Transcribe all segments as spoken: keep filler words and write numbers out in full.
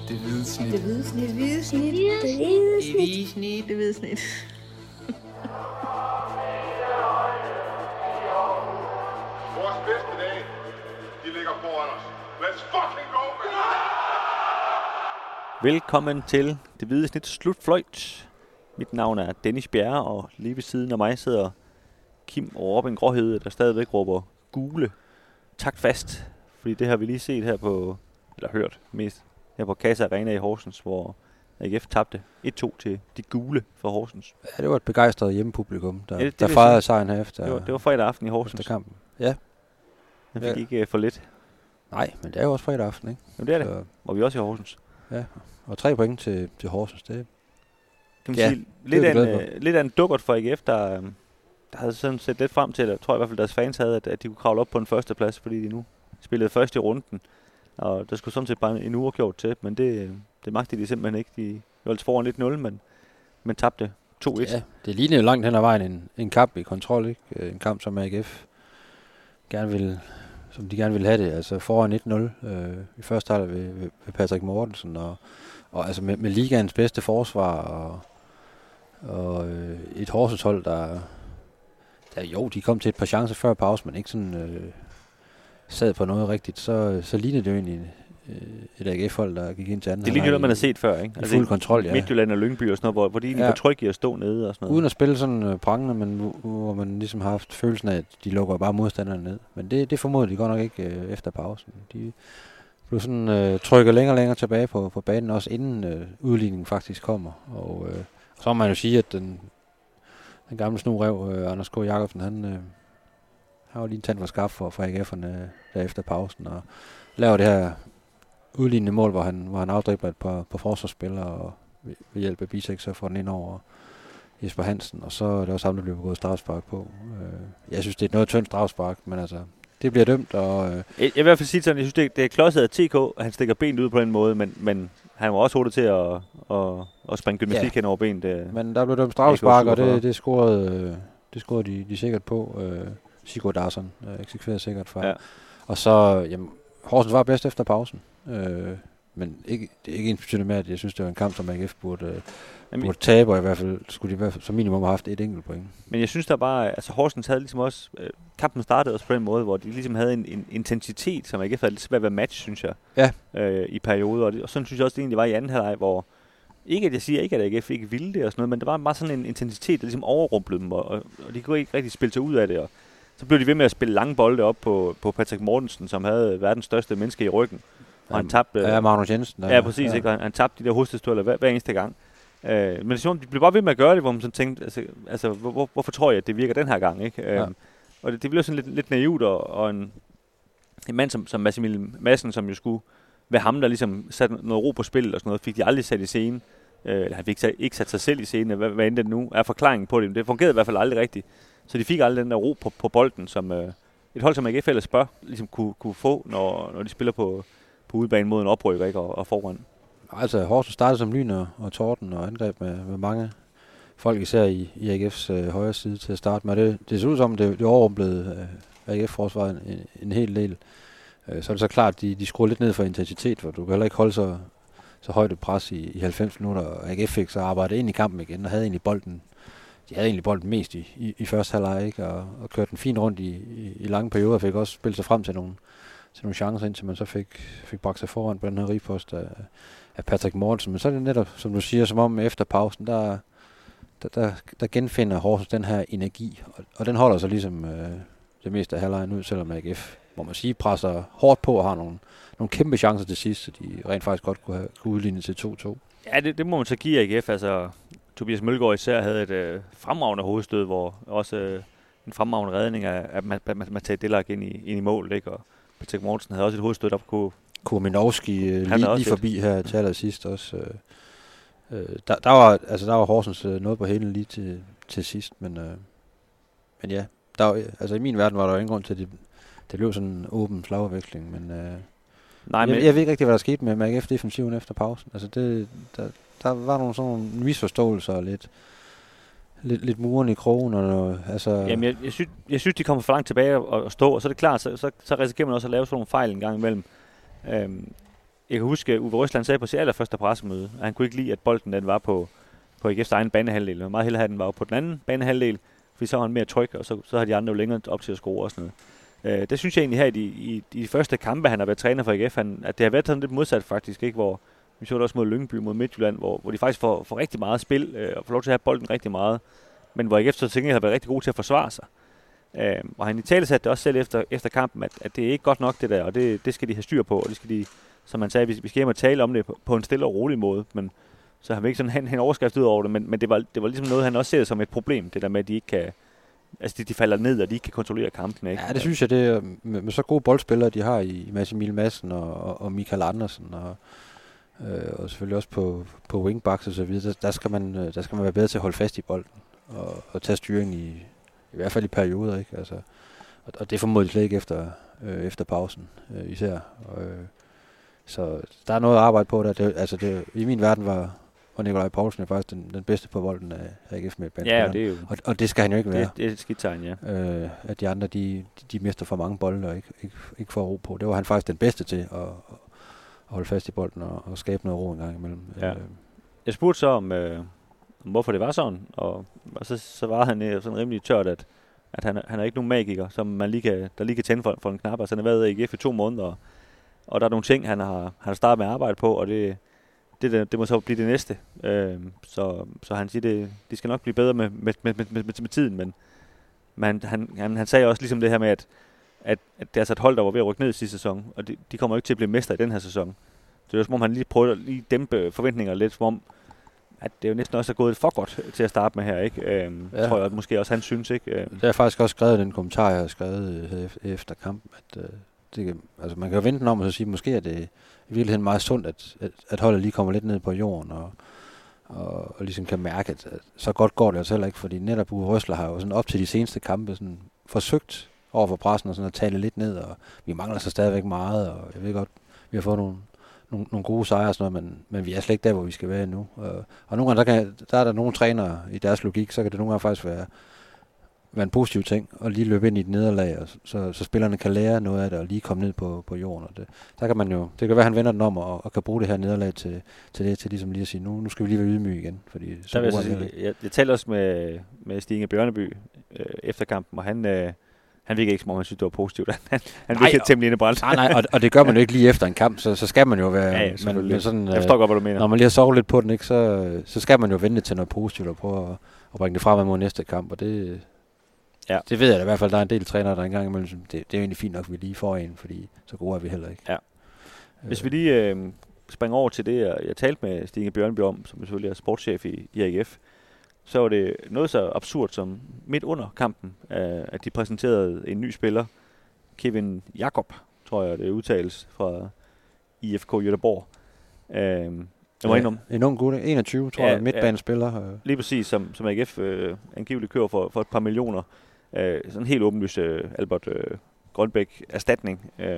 Det hvide snit. Det hvide snit. Det hvide snit. Det hvide snit. Det hvide snit. Det hvide snit. Vores bedste dage, de ligger foran os. Let's fucking go, man! Velkommen til Det Hvide Snit Slutfløjt. Mit navn er Dennis Bjerre, og lige ved siden af mig sidder Kim og Robin Gråhede, der stadigvæk råber gule. Takt fast, fordi det har vi lige set her på, eller hørt mest, her på Casa Arena i Horsens, hvor A G F tabte et to til de gule for Horsens. Ja, det var et begejstret hjemmepublikum, der, ja, det, det der fejrede sejren her efter. Det var, det var fredag aften i Horsens. Efter kampen. Ja. Den fik ja. ikke uh, for lidt. Nej, men det er jo også fredag aften, ikke? Jamen det er det, så, og vi er også i Horsens. Ja, og tre point til, til Horsens, det kan man ja, sige, lidt af, en, uh, lidt af en dukkert for A G F, der, um, der havde sådan set lidt frem til, at jeg tror i hvert fald deres fans havde, at, at de kunne kravle op på en første plads, fordi de nu spillede først i runden. Og der skulle sådan set bare en uafgjort til, men det, det magtede de simpelthen ikke. De var altså foran et nul, men, men tabte to et. Ja, det lignede jo langt hen ad vejen en, en kamp i kontrol, ikke? En kamp, som A G F gerne ville, som de gerne ville have det. Altså foran et nul øh, i første halvleg ved, ved, ved Patrick Mortensen, og, og altså med, med ligaens bedste forsvar, og, og øh, et Horsens hold, der, der jo, de kom til et par chancer før pause, men ikke sådan øh, sad på noget rigtigt, så, så lignede det jo egentlig et A G F-hold, der gik ind til anden. Det ligner noget, man har set før, ikke? I altså fuld kontrol, ja. Midtjylland og Lyngby og sådan noget, hvor, hvor de egentlig ja. var trygge i at stå nede og sådan noget. Uden at spille sådan uh, prangende, men hvor, hvor man ligesom har haft følelsen af, at de lukker bare modstanderne ned. Men det, det formoder de godt nok ikke uh, efter pausen. De blev sådan uh, trykket længere og længere tilbage på, på banen, også inden uh, udligningen faktisk kommer. Og uh, så må man jo sige, at den, den gamle snurev, uh, Anders K. Jacobsen, han, uh, han var lige en tand for skarp for, for A G F'erne uh, der efter pausen, og laver det her udlignende mål, hvor han, hvor han afdribler et par, par forsvarsspillere, og ved, ved hjælp af Bisek, så får den ind over Jesper Hansen, og så er det også ham, der bliver begået strafspark på. Øh, jeg synes, det er et noget tyndt strafspark, men altså, det bliver dømt, og... Øh, jeg, jeg vil i hvert fald sige sådan, jeg synes, det, det er klodset af T K, at han stikker benet ud på den måde, men, men han var også hurtigt til at, at, at springe gymnastik ja. hen over benet. Det, men der blev dømt strafspark, og det, det scorede, øh, det scorede de, de sikkert på. Øh, Sigurd Darsson øh, eksekverede sikkert fra. Ja. Og så, jamen, Horsens var bedst efter pausen. Øh, men ikke, det er ikke ensbetydende med, at jeg synes, det var en kamp, som A G F burde, øh, burde tabe, og i hvert fald skulle de i hvert fald, som minimum have haft et enkelt point. Men jeg synes der bare, altså Horsens havde ligesom også, øh, kampen startede også på den måde, hvor de ligesom havde en, en intensitet, som A G F havde lidt svært ved at match, synes jeg, ja. øh, i perioder. Og, det, og sådan synes jeg også, det egentlig var i anden halvleg, hvor, ikke at jeg siger ikke, at A G F ikke ville det og sådan noget, men der var bare sådan en intensitet, der ligesom overrumplede dem, og, og, og de kunne ikke rigtig spille sig ud af det, og så blev de ved med at spille lange bolde op på, på Patrick Mortensen, som havde verdens største menneske i ryggen. Og han tabte... Ja, Magnus Jensen. Der, ja, præcis. Ja. Ikke? Han, han tabte de der hovedstødstueller hver, hver eneste gang. Øh, men det, de blev bare ved med at gøre det, hvor man sådan tænkte, altså, altså hvor, hvor, hvorfor tror jeg, at det virker den her gang? Ikke? Ja. Øh, og det, det blev sådan lidt, lidt naivt, og, og en, en mand som, som Massimilian Madsen, som jo skulle være ham, der ligesom satte noget ro på spil og sådan noget, fik de aldrig sat i scene. Øh, han fik ikke sat sig selv i scene, hvad, hvad end det nu er forklaringen på det. Men det fungerede i hvert fald aldrig rigtigt. Så de fik aldrig den der ro på, på bolden, som øh, et hold som A G F ellers bør ligesom kunne, kunne få, når, når de spiller på, på udebane mod en oprykker, ikke, og, og foran. Altså Horsens startede som lyn og, og torden og angreb med, med mange folk, især i, i A G F's øh, højre side til at starte med. Det, det ser ud som, det, det overrumplede øh, A G F-forsvaret en, en, en hel del. Øh, så er det så klart, at de, de skruer lidt ned for intensitet, for du kan heller ikke holde så, så højt et pres i, i halvfems minutter. Og A G F fik så arbejdet ind i kampen igen og havde egentlig bolden. De havde egentlig bolden mest i, i, i første halvleg, ikke? Og, og kørte den fint rundt i, i, i lange perioder, fik også spillet sig frem til nogle, til nogle chancer, indtil man så fik, fik bragt sig foran på den her ripost af, af Patrick Mortensen. Men så er det netop, som du siger, som om efter pausen, der, der, der, der genfinder Horsens den her energi, og, og den holder sig ligesom øh, det meste af halvlejen ud, selvom A G F, må man sige, presser hårdt på og har nogle, nogle kæmpe chancer til sidst, så de rent faktisk godt kunne have kunne udligne til to to. Ja, det, det må man så give A G F, altså... Tobias Mølgaard især havde et øh, fremragende hovedstød, hvor også øh, en fremragende redning af, af Matej Delak ind i, ind i mål, ikke? Og Patrick Mortensen havde også et hovedstød, der kunne... Kurminowski øh, lige, lige forbi her til allersidst også. Øh, øh, der, der, var, altså, der var Horsens øh, noget på hælen lige til, til sidst, men, øh, men ja, der var, altså i min verden var der jo ingen grund til, at det, det blev sådan en åben slagudveksling, men, øh, Nej, men jeg, jeg ved ikke rigtig, hvad der skete med A G F-defensiven efter pausen. Altså det... Der, Der var nogle sådan nogle misforståelser og lidt, lidt, lidt muren i krogen. Og noget, altså Jamen, jeg, jeg, synes, jeg synes, de kommer for langt tilbage og, og stå, og så er det klart, så, så, så risikerer man også at lave sådan nogle fejl en gang imellem. Øhm, jeg kan huske, at Uwe Røsland sagde på sit allerførste pressemøde, at han kunne ikke lide, at bolden den var på, på A G F's egen banehalvdel. Og meget hellere have, at den var på den anden banehalvdel, fordi så var han mere tryg, og så, så har de andre jo længere op til at score og sådan noget. Øh, det synes jeg egentlig her i de, i, i de første kampe, han har været træner for A G F, han, at det har været sådan lidt modsat faktisk, ikke? Hvor vi så det også mod Lyngby, mod Midtjylland, hvor, hvor de faktisk får, får rigtig meget spil, øh, og får lov til at have bolden rigtig meget, men hvor A G F så tænker har været rigtig god til at forsvare sig. Øh, og han i tale satte det også selv efter, efter kampen, at, at det er ikke godt nok det der, og det, det skal de have styr på, og det skal de, som man sagde, vi, vi skal hjem og tale om det på, på en stille og rolig måde, men så har vi ikke sådan hen, hen overskrift ud over det, men, men det, var, det var ligesom noget, han også ser som et problem, det der med, at de ikke kan, altså de, de falder ned, og de ikke kan kontrollere kampene. Ikke? Ja, det synes jeg, det er med, med så gode boldspillere, de har i Mads Emil Madsen og, og, og Michael Andersen, og, øh, og selvfølgelig også på, på wingbacks og så videre, der, der, skal man, der skal man være bedre til at holde fast i bolden, og, og tage styring i, i hvert fald i perioder, ikke? Altså, og, og det formodentlig slet ikke efter, øh, efter pausen, øh, især. Og, øh, så der er noget at arbejde på der. Det, altså det, i min verden var og Nikolaj Poulsen er faktisk den, den bedste på bolden af A G F med ja, det er jo, og, og det skal han jo ikke være. Det, det er et skidt tegn, ja. Øh, at de andre, de, de, de mister for mange bolde og ikke, ikke, ikke får ro på. Det var han faktisk den bedste til at, at holde fast i bolden og, og skabe noget ro en gang imellem. Ja. Øh. Jeg spurgte så om, øh, om hvorfor det var sådan, og, og så, så var han øh, sådan rimelig tørt, at, at han, han er ikke nogen magiker, som man lige kan, der lige kan tænde for, for en knap. Altså han har været i A G F i to måneder, og, og der er nogle ting, han har, han har startet med at arbejde på, og det Det, det, det må så blive det næste. Øh, så, så han siger, det, de skal nok blive bedre med, med, med, med, med, med tiden, men, men han, han, han sagde også ligesom det her med, at, at, at det er altså et hold, der var ved at rykke ned i sidste sæson, og de, de kommer ikke til at blive mester i den her sæson. Det er jo som om, han lige prøver at lige dæmpe forventninger lidt, som om, at det jo næsten også er gået for godt til at starte med her, ikke? Øh, ja. Tror jeg måske også, han synes, ikke? Øh. Det har jeg faktisk også skrevet den kommentar, jeg har skrevet øh, efter kampen, at øh, det, altså man kan jo vente den om og så sige, måske er det i virkeligheden meget sundt, at, at, at holdet lige kommer lidt ned på jorden, og, og, og ligesom kan mærke, at, at så godt går det altså heller ikke, fordi netop Uwe Røsler har jo sådan op til de seneste kampe sådan forsøgt over for pressen og sådan at tale lidt ned, og vi mangler så stadigvæk meget, og jeg ved godt, vi har fået nogle, nogle, nogle gode sejre og sådan noget, men, men vi er slet ikke der, hvor vi skal være nu. Og, og nogle gange, der, kan, der er der nogle trænere i deres logik, så kan det nogle gange faktisk være være en positiv ting, og lige løbe ind i et nederlag, og så, så spillerne kan lære noget af det, og lige komme ned på, på jorden. Og det, der kan man jo, det kan være, at han vender den om, og, og kan bruge det her nederlag til, til det, til ligesom lige at sige, nu, nu skal vi lige være ydmyge igen. Fordi så jeg, sige, jeg, jeg talte også med, med Stig Inge Bjørneby øh, efter kampen, og han, øh, han virkede ikke, som om han synes, det var positivt. Han, han virkede temmelig indebrændt. Nej, nej, og, og det gør man jo ikke lige efter en kamp, så, så skal man jo være... Ja, ja, man, sådan, jeg forstår godt, hvad du mener. Når man lige har sovet lidt på den, ikke, så, så skal man jo vente til noget positivt, og prøve at, at bringe det frem mod næste kamp, og det... Ja. Det ved jeg da i hvert fald, der er en del trænere, der engang imellem, det, det er jo egentlig fint nok, at vi lige får en, fordi så gode er vi heller ikke. Ja. Hvis vi lige øh, springer over til det, jeg, jeg talte med Stine Bjørnby om, som selvfølgelig er sportschef i, i A G F, så var det noget så absurd som midt under kampen, øh, at de præsenterede en ny spiller, Kevin Jakob, tror jeg det udtales, fra I F K Göteborg. Øh, Ja, en ung gut, enogtyve, tror ja, jeg, midtbanespiller. Ja, lige præcis, som, som A G F øh, angiveligt kører for, for et par millioner. Øh, sådan en helt åbenlyst øh, Albert øh, Grønbæk-erstatning. Øh,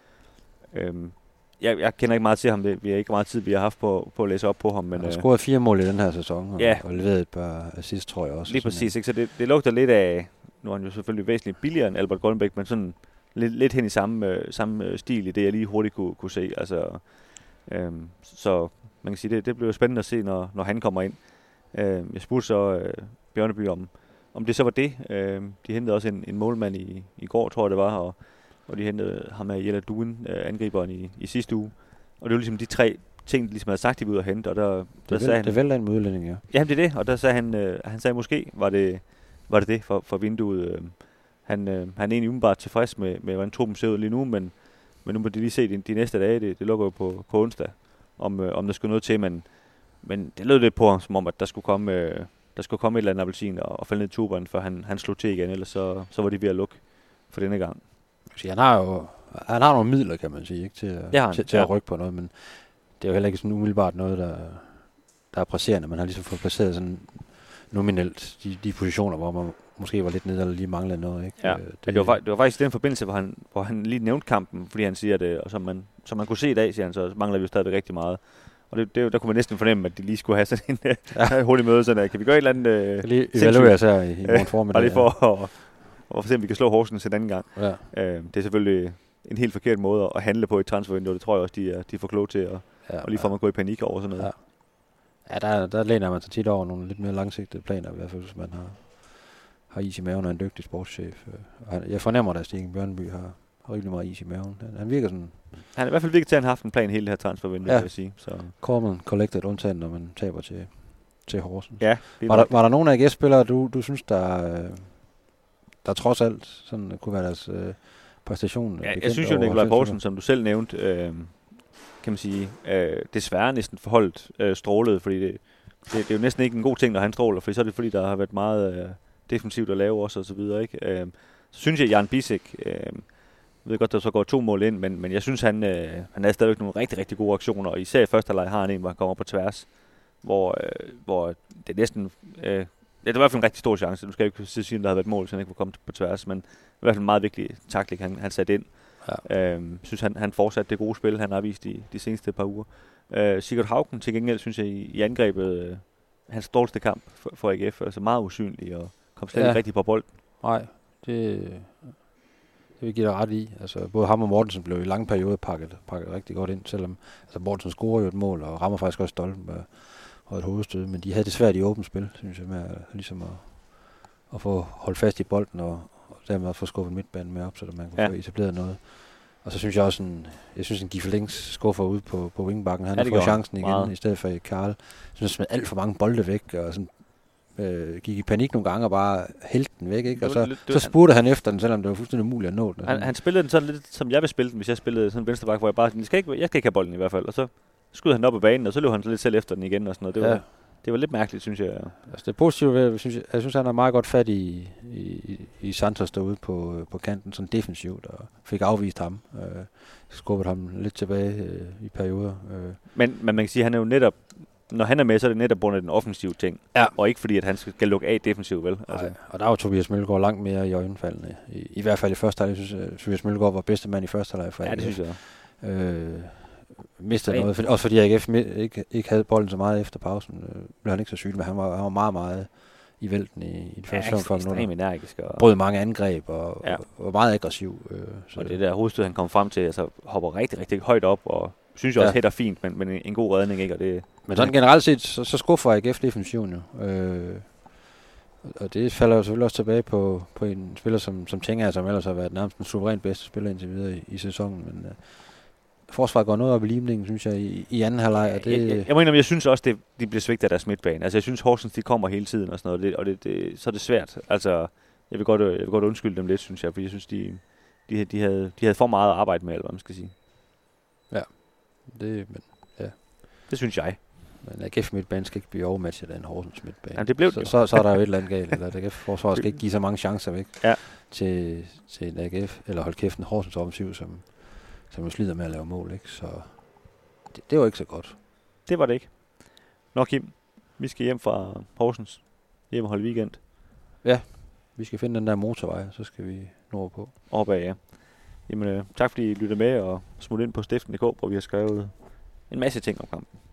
øh, jeg, jeg kender ikke meget til ham, vi har ikke meget tid, vi har haft på, på at læse op på ham. Men, han har øh, scoret fire mål i den her sæson, og, ja, og leveret et par assist, tror jeg også. Lige præcis, ikke? Så det, det lugter lidt af, nu er han jo selvfølgelig væsentligt billigere end Albert Grønbæk, men sådan lidt, lidt hen i samme, øh, samme stil i det, jeg lige hurtigt kunne, kunne se. Altså, øh, så... Man kan sige, det, det bliver spændende at se, når, når han kommer ind. Øh, jeg spurgte så øh, Bjørneby om, om det så var det. Øh, de hentede også en, en målmand i, i går, tror jeg det var, og, og de hentede ham af Jella Duen, øh, angriberen i, i sidste uge. Og det var ligesom de tre ting, de ligesom havde sagt, de var ude at hente. Og der, der det, sagde vel, han, det vælter en med udlænding, ja. Jamen det er det, og der sagde han, øh, han sagde måske, var det var det, det for, for vinduet. Øh, han, øh, han er egentlig umiddelbart tilfreds med, med hvordan truppen ser ud lige nu, men, men nu må de lige se de, de næste dage, det, det lukker jo på, på onsdag. Om, øh, om der skulle noget til, men, men det lød lidt på ham, som om, at der skulle komme, øh, der skulle komme et eller andet appelsin og, og falde ned i tuberen, før han, han slog til igen, ellers så, så var de ved at lukke for denne gang. Han har jo han har nogle midler, kan man sige, ikke, til, at, ja, til, til ja. at rykke på noget, men det er jo heller ikke sådan umiddelbart noget, der, der er presserende. Man har ligesom fået placeret sådan nominelt de, de positioner, hvor man måske var lidt nede eller lige manglede noget. Ikke? Ja, det, det, var, det var faktisk i den forbindelse, hvor han, hvor han lige nævnte kampen, fordi han siger det, og som man, som man kunne se i dag, siger han, så mangler vi jo stadigvæk rigtig meget. Og det, det, der kunne man næsten fornemme, at de lige skulle have sådan en ja. hurtig møde, sådan der. Kan vi gøre et eller andet uh, lige evaluere os her i, i morgen formiddag. Bare lige for ja. at, at, at se, om vi kan slå Horsens en anden gang. Ja. Uh, det er selvfølgelig en helt forkert måde at handle på i transfervindue. Det tror jeg også, de er, de får klog til at Ja, og lige får man gå i panik over sådan noget. Ja, ja der, der læner man sig tit over nogle lidt mere langsigtede planer, i hvert fald hvis man har, har is i maven og en dygtig sportschef. Og han, jeg fornemmer, at Stigen Bjørnby har, har rigtig meget is i maven. Han, han virker sådan... Han er i hvert fald virkelig til, at han har haft en plan hele det her transfervindue, ja. vil jeg sige. Så. Coleman collected undtagen, når man taber til, til Horsens. Ja, var, der, var der nogen af A G F-spillere, du, du synes, der, der trods alt sådan, kunne være deres øh, præstation? Ja, jeg synes jo, Nikolaj Poulsen, som du selv nævnte, øh, kan man sige, øh, desværre næsten forholdt øh, strålet, fordi det, det, det er jo næsten ikke en god ting, når han stråler, fordi så er det fordi, der har været meget øh, defensivt at lave også, og så videre, ikke? Øh, så synes jeg, at Jan Bisek, øh, jeg ved godt, der så går to mål ind, men, men jeg synes, han, øh, han er stadigvæk nogle rigtig, rigtig gode aktioner, og især i første halvleg har han en, hvor han kommer på tværs, hvor, øh, hvor det næsten... Øh, det er i hvert fald en rigtig stor chance. Nu skal jeg ikke sige, at der havde været mål, så han ikke var kommet på tværs, men i hvert fald en meget vigtig taktik, han, han satte ind. Ja. Øhm, synes han, han fortsatte det gode spil, han har vist i de seneste par uger. Øh, Sigurd Haugen til gengæld, synes jeg, i, i angrebet, øh, hans dårligste kamp for, for A G F, altså meget usynlig og kom slet ja. ikke rigtig på bolden. Nej, det, det vil jeg give dig ret i. Altså, både ham og Mortensen blev i lange perioder pakket, pakket rigtig godt ind, selvom altså, Mortensen scorer jo et mål og rammer faktisk også Stoltenberg og et hovedstød, men de havde det svært i åbent spil, synes jeg, med ligesom at, at få holdt fast i bolden og, og dermed få skubbet midtbanen med op, så man kunne ja. få etableret noget. Og så synes jeg også, en, jeg synes en Giffelings skuffer ud på, på wingbacken. Han ja, har fået chancen igen, meget. I stedet for Karl. Jeg synes, han smed alt for mange bolde væk, og sådan, øh, gik i panik nogle gange og bare hældte den væk, ikke? Og så, så spurgte han efter den, selvom det var fuldstændig umuligt at nå den. Han, han spillede den sådan lidt, som jeg ville spille den, hvis jeg spillede sådan en venstreback, hvor jeg bare, jeg skal ikke, jeg skal ikke have bolden i hvert fald, og så skød han op på banen, og så løb han lidt selv efter den igen og sådan noget. Det var, ja. det var lidt mærkeligt, synes jeg. Altså det positive ved, synes jeg, jeg synes, han har meget godt fat i, i, i Santos derude på, på kanten, sådan defensivt, og fik afvist ham. Øh, skubbet ham lidt tilbage øh, i perioder. Øh. Men, men man kan sige, at han er jo netop, når han er med, så er det netop bundet den offensive ting, ja. og ikke fordi, at han skal lukke af defensivt, vel? Altså. Nej, og der var Tobias Mølgaard langt mere i øjenfaldene. I, i hvert fald i første halvleg. Jeg synes, at Tobias Mølgaard var bedste mand i første halvleg for A G F. Ja, det synes jeg. Øh, mistede noget, for, også fordi A G F ikke, ikke havde bolden så meget efter pausen. Øh, blev han ikke så syg, men han var, han var meget, meget i vælten i, i det første ja, ekstremt energisk. Og brød mange angreb og, ja. og, og meget aggressiv. Øh, så og det der hovedstød, han kom frem til, altså hopper rigtig, rigtig højt op, og synes jeg også ja. hætter fint, men, men en, en god redning, ikke? Og det, men sådan generelt set, så, så skuffer A G F defensionen jo. Øh, og det falder jo selvfølgelig også tilbage på, på en spiller som, som Tenga, som ellers har været nærmest den suverænt bedste spiller indtil videre i, i sæsonen, men øh, forsvaret går noget op i limningen, synes jeg, i, i anden halvleg. Det... Jeg, jeg, jeg mener, jeg synes også, det de bliver svigtet af deres midtbane. Altså, jeg synes, Horsens, de kommer hele tiden og sådan noget, og det, det, så er det svært. Altså, jeg vil godt, jeg vil godt undskylde dem lidt, synes jeg, for jeg synes, de, de, de, havde, de havde for meget at arbejde med, eller hvad man skal sige. Ja, det, men, ja. det synes jeg. Men A G F midtbane skal ikke blive overmatchet af en Horsens midtbane. Jamen, det blev så, så, så er der jo et eller andet galt, eller A G F-forsvaret skal ikke give så mange chancer væk ja. til, til en A G F, eller hold kæft en Horsens offensiv, som som jo slider med at lave mål, ikke? Så det, det var ikke så godt. Det var det ikke. Nå Kim, vi skal hjem fra Horsens. Hjem og holde weekend. Ja, vi skal finde den der motorvej, så skal vi nå på. Opad, ja. Jamen, øh, tak fordi I lyttede med og smutte ind på stiften punktum d k, hvor vi har skrevet en masse ting om kampen.